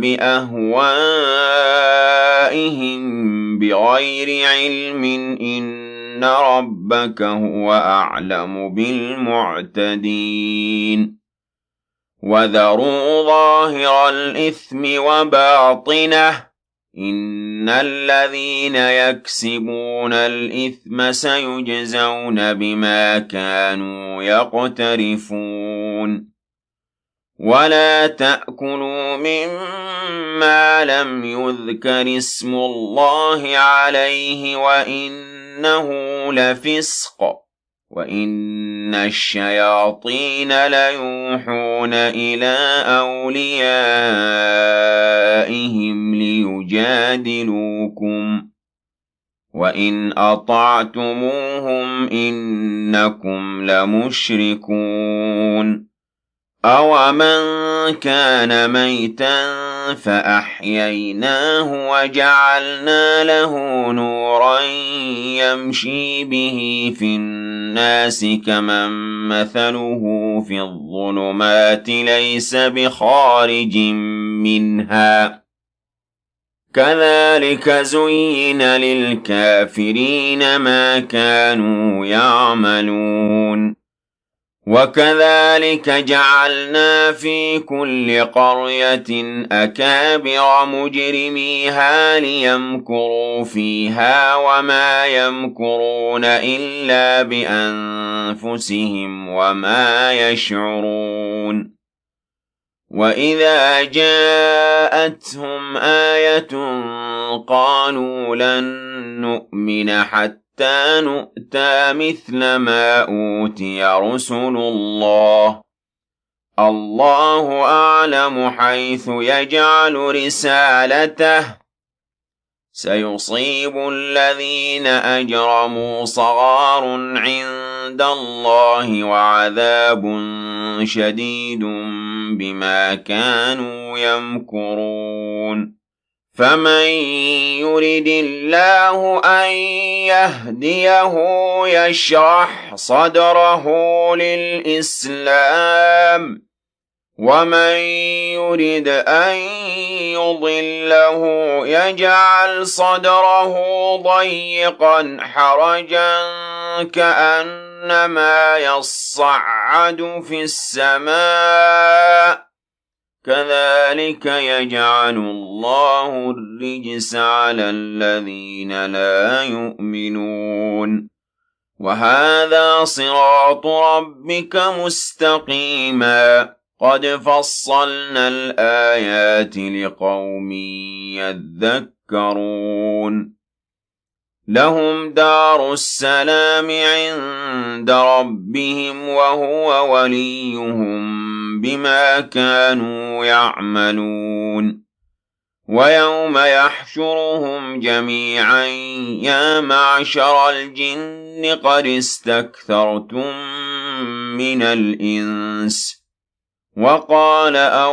S1: بأهوائهم بغير علم إن ربك هو أعلم بالمعتدين وذروا ظاهر الإثم وباطنه إن الذين يكسبون الإثم سيجزون بما كانوا يقترفون ولا تأكلوا مما لم يذكر اسم الله عليه وإنه لفسق وإن الشياطين ليوحون إلى أوليائهم ليجادلوكم وإن أطعتموهم إنكم لمشركون أَوَمَنْ كَانَ مَيْتًا فَأَحْيَيْنَاهُ وَجَعَلْنَا لَهُ نُورًا يَمْشِي بِهِ فِي النَّاسِ كَمَنْ مَثَلُهُ فِي الظُّلُمَاتِ لَيْسَ بِخَارِجٍ مِنْهَا كَذَلِكَ زُيِّنَ لِلْكَافِرِينَ مَا كَانُوا يَعْمَلُونَ وَكَذَلِكَ جَعَلْنَا فِي كُلِّ قَرْيَةٍ أَكَابِرَ مُجْرِمِيهَا لِيَمْكُرُوا فِيهَا وَمَا يَمْكُرُونَ إِلَّا بِأَنفُسِهِمْ وَمَا يَشْعُرُونَ وَإِذَا جَاءَتْهُمْ آيَةٌ قَالُوا لَن نُّؤْمِنَ حَتَّىٰ حَتَّى نُؤْتَىٰ مِثْلَ مَا أُوتِيَ رُسُلُ اللَّهِ اللَّهُ أَعْلَمُ حَيْثُ يَجْعَلُ رِسَالَتَهُ سَيُصِيبُ الَّذِينَ أَجْرَمُوا صَغَارٌ عِندَ اللَّهِ وَعَذَابٌ شَدِيدٌ بِمَا كَانُوا يَمْكُرُونَ فَمَن يُرِدِ اللَّهُ أَن يَهْدِيَهُ يَشْرَحْ صَدْرَهُ لِلْإِسْلَامِ وَمَن يُرِدْ أَن يُضِلَّهُ يَجْعَلْ صَدْرَهُ ضَيِّقًا حَرَجًا كَأَنَّمَا يَصَّعَّدُ فِي السَّمَاءِ كَذَلِكَ يَجْعَلُ اللَّهُ الرِّجْسَ عَلَى الَّذِينَ لَا يُؤْمِنُونَ وَهَذَا صِرَاطُ رَبِّكَ مُسْتَقِيمًا قَدْ فَصَّلْنَا الْآيَاتِ لِقَوْمٍ يَذَّكَّرُونَ لَهُمْ دَارُ السَّلَامِ عِندَ رَبِّهِمْ وَهُوَ وَلِيُّهُم بِمَا كَانُوا يَعْمَلُونَ وَيَوْمَ يَحْشُرُهُمْ جَمِيعًا يَا مَعْشَرَ الْجِنِّ قَدِ اسْتَكْثَرْتُم مِّنَ الْإِنسِ وَقَالَ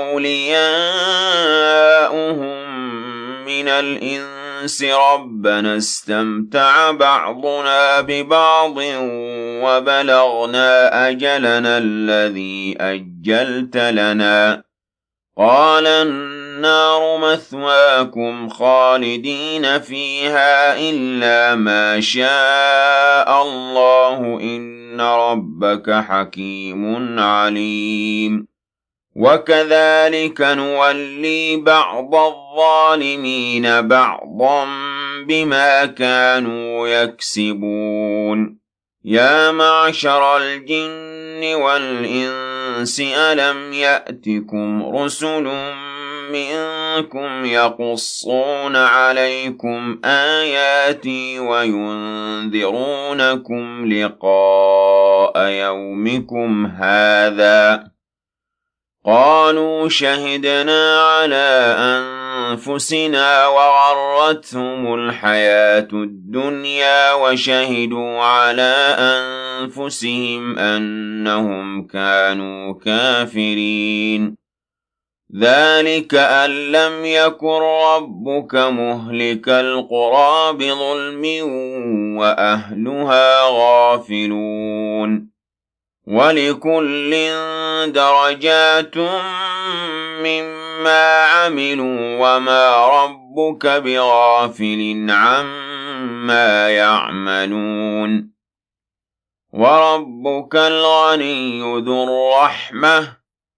S1: أَوْلِيَاؤُهُم مِّنَ الْإِنسِ رَبَّنَا اسْتَمْتَعَ بَعْضُنَا بِبَعْضٍ وَبَلَغْنَا أَجَلَنَا الَّذِي أَجَّلْتَ لَنَا قَالَ النَّارُ مَثْوَاكُمْ خَالِدِينَ فِيهَا إِلَّا مَا شَاءَ اللَّهُ إِنَّ رَبَّكَ حَكِيمٌ عَلِيمٌ وَكَذَلِكَ نُوَلِّي بَعْضَ الظَّالِمِينَ بَعْضًا بِمَا كَانُوا يَكْسِبُونَ يَا مَعْشَرَ الْجِنِّ وَالْإِنسِ أَلَمْ يَأْتِكُمْ رُسُلٌ مِّنكُمْ يَقُصُّونَ عَلَيْكُمْ آيَاتِي وَيُنذِرُونَكُمْ لِقَاءَ يَوْمِكُمْ هَٰذَا قَالُوا شَهِدْنَا عَلَىٰ أَنفُسِنَا وَغَرَّتْهُمُ الْحَيَاةُ الدُّنْيَا وَشَهِدُوا عَلَىٰ أَنفُسِهِمْ أَنَّهُمْ كَانُوا كَافِرِينَ ذَلِكَ أَن لَّمْ يَكُن رَّبُّكَ مُهْلِكَ الْقُرَىٰ بِظُلْمٍ وَأَهْلُهَا غَافِلُونَ وَلِكُلٍّ دَرَجَاتٌ مِّمَّا عَمِلُوا وَمَا رَبُّكَ بِغَافِلٍ عَمَّا يَعْمَلُونَ وَرَبُّكَ الْغَنِيُّ ذُو الرَّحْمَةِ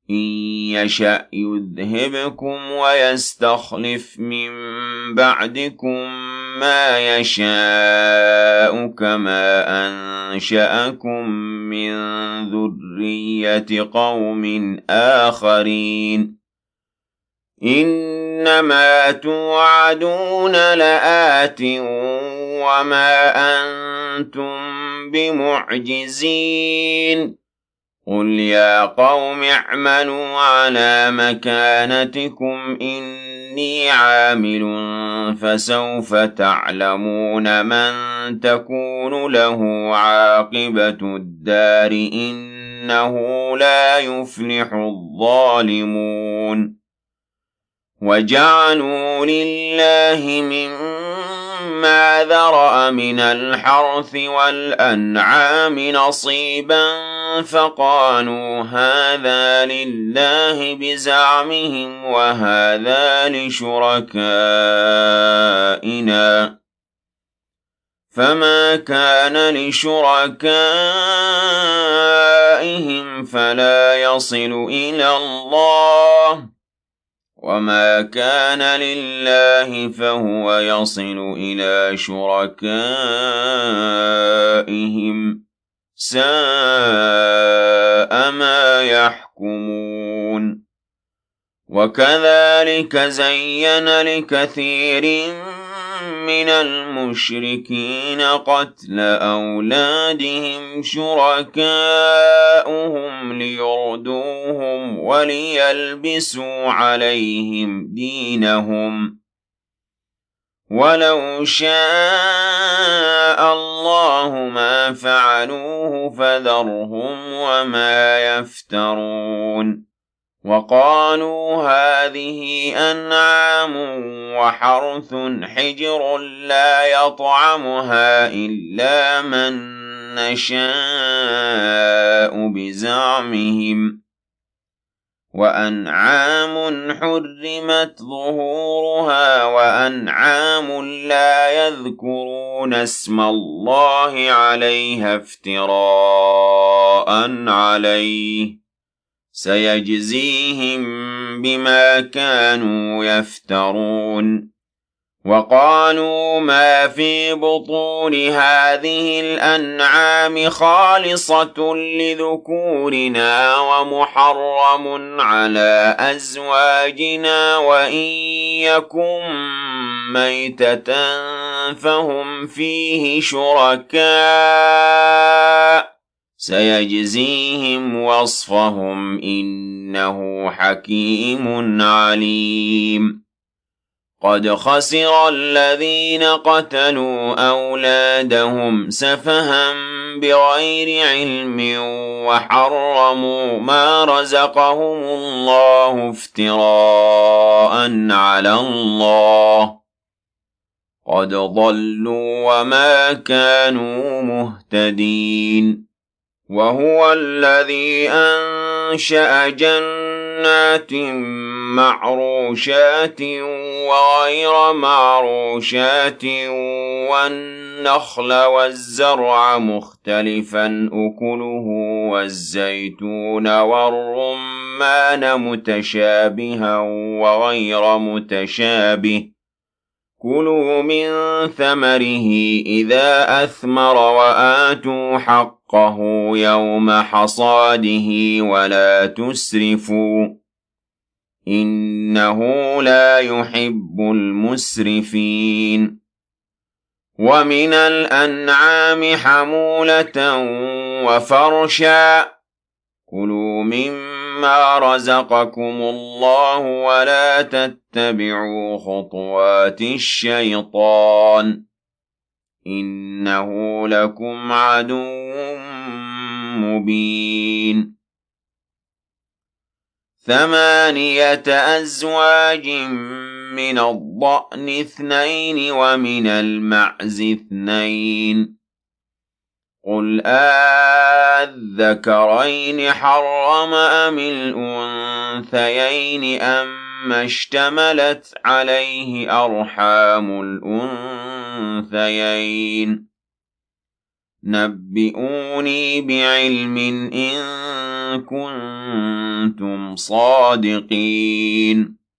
S1: إن يشأ يذهبكم ويستخلف من بعدكم ما يشاء كما أنشأكم من ذرية قوم آخرين إنما توعدون لآت وما أنتم بمعجزين قل يا قوم اعملوا على مكانتكم إني عامل فسوف تعلمون من تكون له عاقبة الدار إنه لا يفلح الظالمون وجعلوا لله مما ذرأ من الحرث والأنعام نصيبا فقالوا هذا لله بزعمهم وهذا لشركائنا فما كان لشركائهم فلا يصل إلى الله وما كان لله فهو يصل إلى شركائهم ساء ما يحكمون وكذلك زين لكثير من المشركين قتل أولادهم شركاؤهم ليردوهم وليلبسوا عليهم دينهم ولو شاء الله ما فعلوه فذرهم وما يفترون وقالوا هذه أنعام وحرث حجر لا يطعمها إلا من نشاء بزعمهم وأنعام حرمت ظهورها وأنعام لا يذكرون اسم الله عليها افتراء عليه سيجزيهم بما كانوا يفترون وقالوا ما في بطون هذه الأنعام خالصة لذكورنا ومحرم على أزواجنا وإن يكن ميتة فهم فيه شركاء سيجزيهم وصفهم إنه حكيم عليم قد خسر الذين قتلوا أولادهم سفها بغير علم وحرموا ما رزقهم الله افتراء على الله قد ضلوا وما كانوا مهتدين وهو الذي أنشأ جنات معروشات وغير معروشات والنخل والزرع مختلفا أكله والزيتون والرمان متشابها وغير متشابه كلوا من ثمره إذا أثمر وآتوا حقه يوم حصاده ولا تسرفوا إنه لا يحب المسرفين ومن الأنعام حمولة وفرشا كلوا مما رزقكم الله ولا تتبعوا خطوات الشيطان إنه لكم عدو مبين ثمانية أزواج من الضأن اثنين ومن المعز اثنين قل آذكرين حرم أم الأنثيين أما اشتملت عليه أرحام الأنثيين نبئوني بعلم إن كنتم صادقين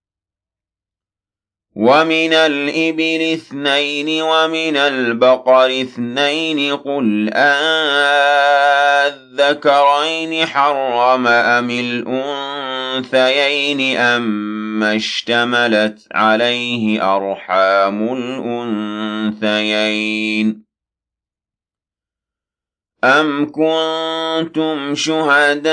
S1: ومن الإبل اثنين ومن البقر اثنين قل أذكرين حرم أم الأنثيين أما اشتملت عليه أرحام الأنثيين أم كنتم شهداء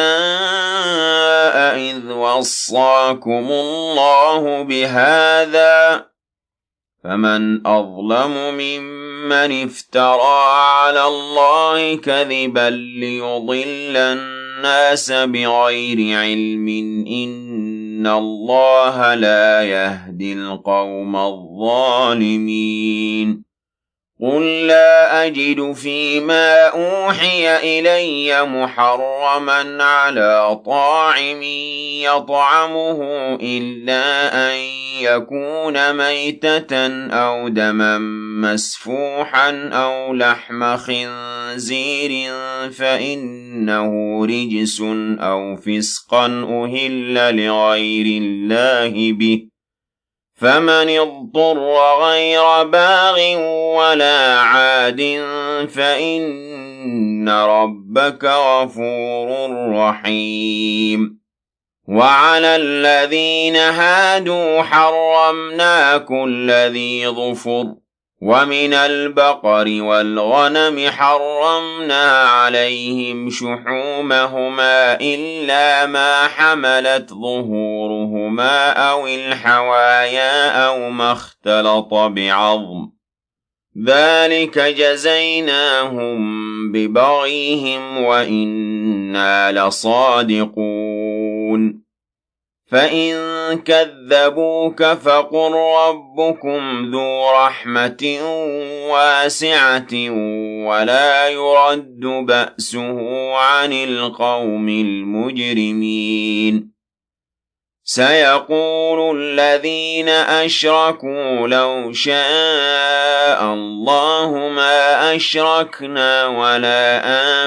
S1: إذ وصاكم الله بهذا فمن أظلم ممن افترى على الله كذبا ليضل الناس بغير علم إن الله لا يهدي القوم الظالمين قل لا أجد فيما أوحي إلي محرما على طاعم يطعمه إلا أن يكون ميتة أو دما مسفوحا أو لحم خنزير فإنه رجس أو فسقا أهل لغير الله به فمن اضطر غير باغ ولا عاد فإن ربك غفور رحيم وعلى الذين هادوا حرمنا كل ذي ظفر ومن البقر والغنم حرمنا عليهم شحومهما إلا ما حملت ظهورهما أو الحوايا أو ما اختلط بعظم ذلك جزيناهم ببغيهم وإنا لصادقون فإن كذبوك فقل ربكم ذو رحمة واسعة ولا يرد بأسه عن القوم المجرمين سيقول الذين أشركوا لو شاء الله ما أشركنا ولا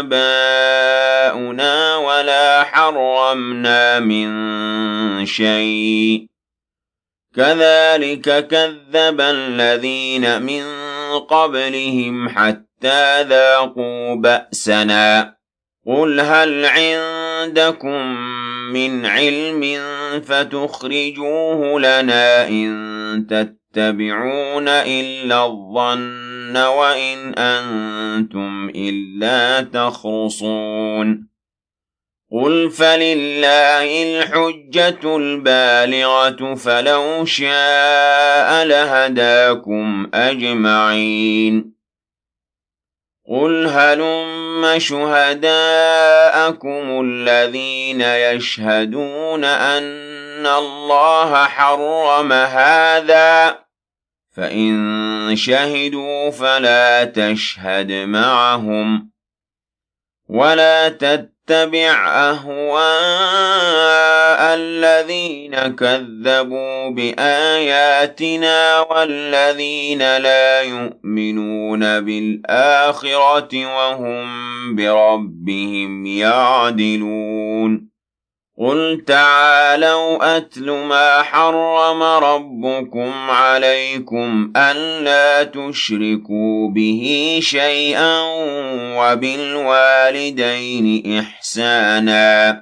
S1: آباؤنا ولا حرمنا من شيء كذلك كذب الذين من قبلهم حتى ذاقوا بأسنا قل هل عندكم من علم فتخرجوه لنا إن تتبعون إلا الظن وإن أنتم إلا تخرصون قل فلله الحجة البالغة فلو شاء لهداكم أجمعين قل هلم شهداءكم الذين يشهدون أن الله حرم هذا فإن شهدوا فلا تشهد معهم ولا تتبع أهواء الذين كذبوا بآياتنا والذين لا يؤمنون بالآخرة وهم بربهم يعدلون قل تعالوا أتل ما حرم ربكم عليكم ألا تشركوا به شيئا وبالوالدين إحسانا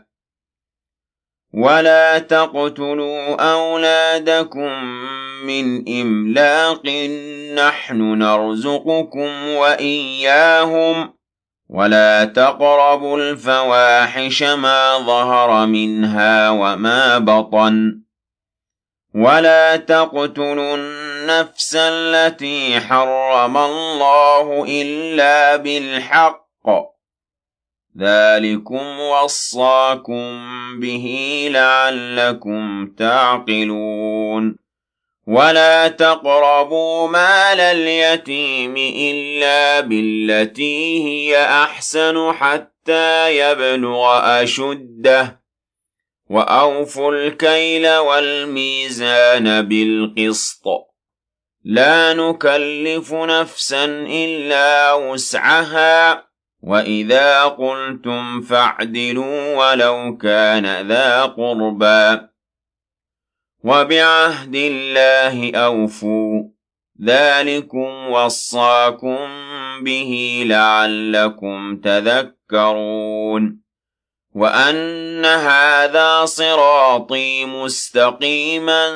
S1: ولا تقتلوا أولادكم من إملاق نحن نرزقكم وإياهم ولا تقربوا الفواحش ما ظهر منها وما بطن ولا تقتلوا النفس التي حرم الله إلا بالحق ذلكم وصاكم به لعلكم تعقلون ولا تقربوا مال اليتيم إلا بالتي هي أحسن حتى يبلغ أشده وأوفوا الكيل والميزان بالقسط لا نكلف نفسا إلا وسعها وَإِذَا قُلْتُمْ فَاعْدِلُوا وَلَوْ كَانَ ذَا قُرْبَى وَبِعَهْدِ اللَّهِ أَوْفُوا ذَلِكُمْ وَصَّاكُمْ بِهِ لَعَلَّكُمْ تَذَكَّرُونَ وَأَنَّ هَذَا صِرَاطِي مُسْتَقِيمًا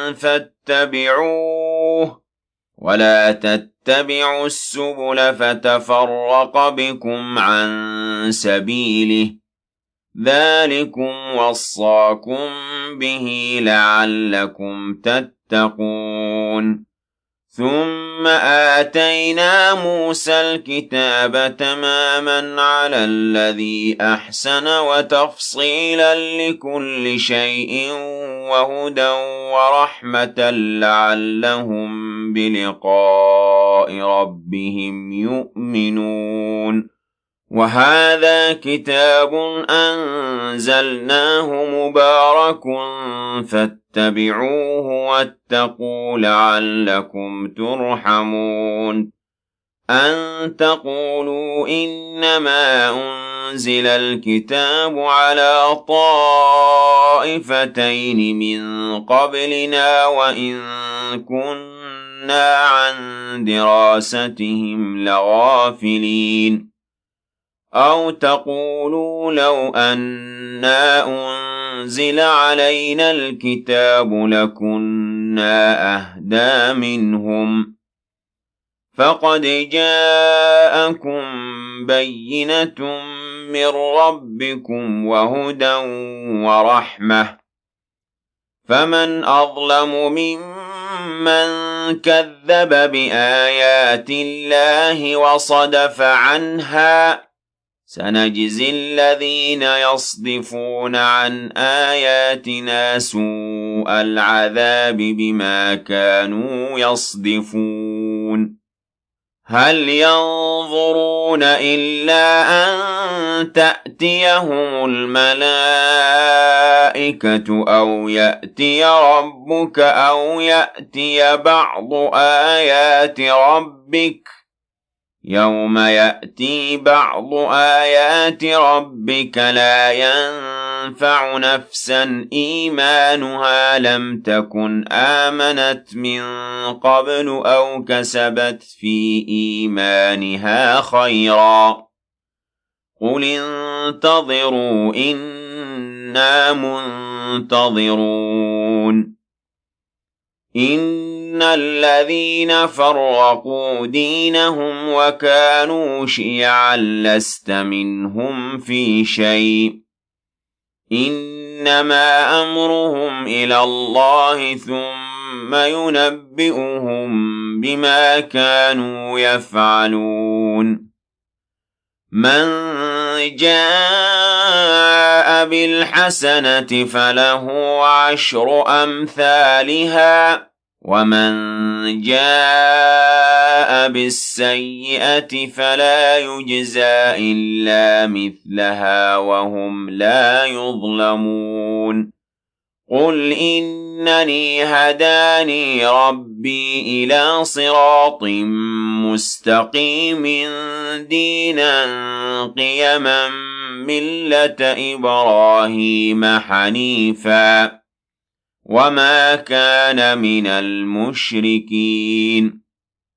S1: فَاتَّبِعُوهُ وَلَا تَتَّبِعُوا السُّبُلَ فَتَفَرَّقَ بِكُمْ عَن سَبِيلِهِ ذَلِكُمْ وَصَّاكُمْ بِهِ لَعَلَّكُمْ تَتَّقُونَ ثُمَّ آتَيْنَا مُوسَى الْكِتَابَ تَمَامًا عَلَى الَّذِي أَحْسَنَ وَتَفْصِيلًا لِكُلِّ شَيْءٍ وَهُدًى وَرَحْمَةً لَعَلَّهُم بِلِقَاءِ رَبِّهِمْ يُؤْمِنُونَ وَهَذَا كِتَابٌ أَنزَلْنَاهُ مُبَارَكٌ فَاتَّبِعُوهُ وَاتَّقُوا لَعَلَّكُمْ تُرْحَمُونَ أَن تَقُولُوا إِنَّمَا أُنزِلَ الْكِتَابُ عَلَى طَائِفَتَيْنِ مِن قَبْلِنَا وَإِن كُنَّا عَن دِرَاسَتِهِمْ لَغَافِلِينَ أَوْ تَقُولُوا لَوْ أَنَّا أُنزِلَ عَلَيْنَا الْكِتَابُ لَكُنَّا أَهْدَىٰ مِنْهُمْ فَقَدْ جَاءَكُم بَيِّنَةٌ مِّن رَّبِّكُمْ وَهُدًى وَرَحْمَةٌ فَمَنْ أَظْلَمُ مِمَّن كَذَّبَ بِآيَاتِ اللَّهِ وَصَدَفَ عَنْهَا سَنَجْزِي الَّذِينَ يَصْدِفُونَ عَنْ آيَاتِنَا سُوءَ الْعَذَابِ بِمَا كَانُوا يَصْدِفُونَ هَلْ يَنظُرُونَ إِلَّا أَن تَأْتِيَهُمُ الْمَلَائِكَةُ أَوْ يَأْتِيَ رَبُّكَ أَوْ يَأْتِيَ بَعْضُ آيَاتِ رَبِّكَ يَوْمَ يَأْتِي بَعْضُ آيَاتِ رَبِّكَ لَا يَنفَعُ نَفْسًا إِيمَانُهَا لَمْ تَكُنْ آمَنَتْ مِن قَبْلُ أَوْ كَسَبَتْ فِي إِيمَانِهَا خَيْرًا قُلِ انتَظِرُوا إِنَّا مُنتَظِرُونَ إِنَّ الَّذِينَ فَرَّقُوا دِينَهُمْ وَكَانُوا شِيَعًا لَّسْتَ مِنْهُمْ فِي شَيْءٍ إِنَّمَا أَمْرُهُمْ إِلَى اللَّهِ ثُمَّ يُنَبِّئُهُم بِمَا كَانُوا يَفْعَلُونَ مَن جَاءَ بِالْحَسَنَةِ فَلَهُ عَشْرُ أَمْثَالِهَا وَمَن جَاءَ بِالسَّيِّئَةِ فَلَا يُجْزَىٰ إِلَّا مِثْلَهَا وَهُمْ لَا يُظْلَمُونَ قُلْ إِنَّنِي هَدَانِي رَبِّي إِلَىٰ صِرَاطٍ مُّسْتَقِيمٍ دِينًا قِيَمًا مِّلَّةَ إِبْرَاهِيمَ حَنِيفًا وَمَا كَانَ مِنَ الْمُشْرِكِينَ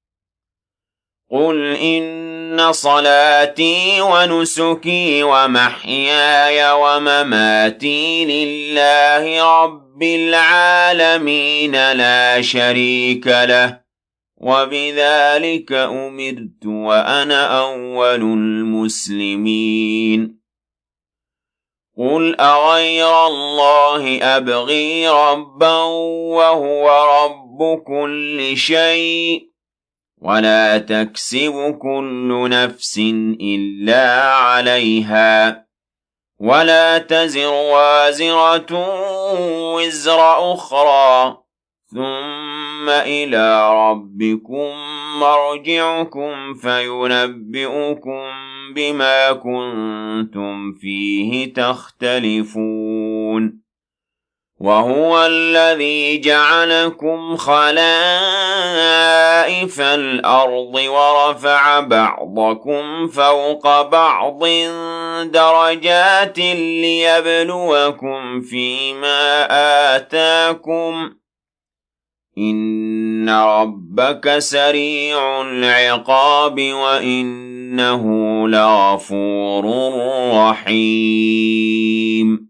S1: قُلْ إِنَّ صَلَاتِي وَنُسُكِي وَمَحْيَايَ وَمَمَاتِي لِلَّهِ رَبِّ الْعَالَمِينَ لَا شَرِيكَ لَهُ وَبِذَٰلِكَ أُمِرْتُ وَأَنَا أَوَّلُ الْمُسْلِمِينَ قُلْ أَغَيْرَ اللَّهِ أَبْغِي رَبًّا وَهُوَ رَبُّ كُلِّ شَيْءٍ وَلَا تَكْسِبُ كُلُّ نَفْسٍ إِلَّا عَلَيْهَا وَلَا تَزِرُ وَازِرَةٌ وِزْرَ أُخْرَىٰ ثُمَّ إِلَىٰ رَبِّكُم مَّرْجِعُكُمْ فَيُنَبِّئُكُم بِمَا كُنتُمْ فِيهِ تَخْتَلِفُونَ وَهُوَ الَّذِي جَعَلَكُمْ خَلَائِفَ الْأَرْضِ وَرَفَعَ بَعْضَكُمْ فَوْقَ بَعْضٍ دَرَجَاتٍ لِيَبْلُوَكُمْ فِيمَا آتَاكُمْ ۗ إِنَّ رَبَّكَ سَرِيعُ الْعِقَابِ وَإِنَّهُ لَغَفُورٌ رَّحِيمٌ